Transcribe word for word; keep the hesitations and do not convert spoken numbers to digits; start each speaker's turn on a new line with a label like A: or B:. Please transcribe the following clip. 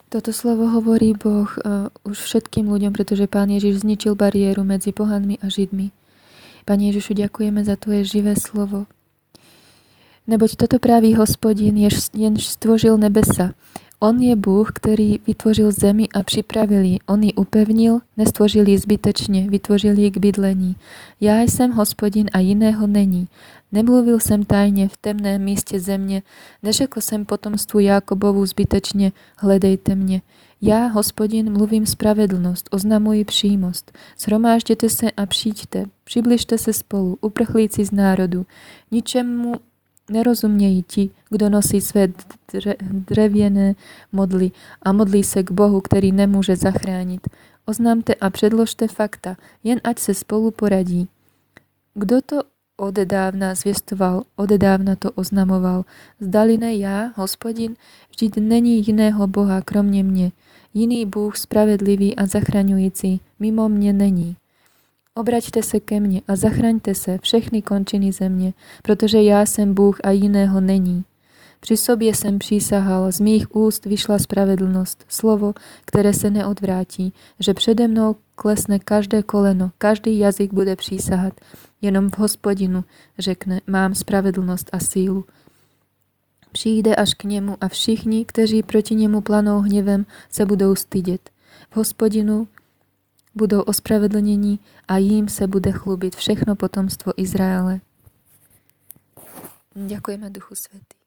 A: Toto slovo hovorí Boh uh, už všetkým ľuďom, pretože Pán Ježiš zničil bariéru medzi pohanmi a Židmi. Pane Ježišu, ďakujeme za Tvoje živé slovo. Neboť toto praví Hospodin, jenž stvořil nebesa. On je Bůh, který vytvořil zemi a připravil ji. On ji upevnil, nestvořil ji zbytečně, vytvořil ji k bydlení. Já jsem Hospodin a jiného není. Nemluvil jsem tajně v temném místě země, neřekl jsem potomstvu Jákobovu zbytečně, hledejte mě. Já, Hospodin, mluvím spravedlnost, oznamuji přímost. Shromážděte se a přijďte, přibližte se spolu, uprchlíci z národu. Ničemu nerozumějí ti, kdo nosí své drevěné modly a modlí se k Bohu, který nemůže zachránit. Oznámte a předložte fakta, jen ať se spolu poradí. Kdo to odedávna zvěstoval, odedávna to oznamoval. Zdali ne já, Hospodin, vždyť není jiného Boha kromě mě. Jiný Bůh spravedlivý a zachraňující mimo mě není. Obraťte se ke mně a zachraňte se všechny končiny země, protože já jsem Bůh a jiného není. Při sobě jsem přísahal, z mých úst vyšla spravedlnost, slovo, které se neodvrátí, že přede mnou klesne každé koleno, každý jazyk bude přísahat. Jenom v Hospodinu řekne, mám spravedlnost a sílu. Přijde až k němu a všichni, kteří proti němu planou hněvem, se budou stydět. V Hospodinu budou ospravedlnění a jím se bude chlubit všechno potomstvo Izraele. Ďakujeme Duchu Svätý.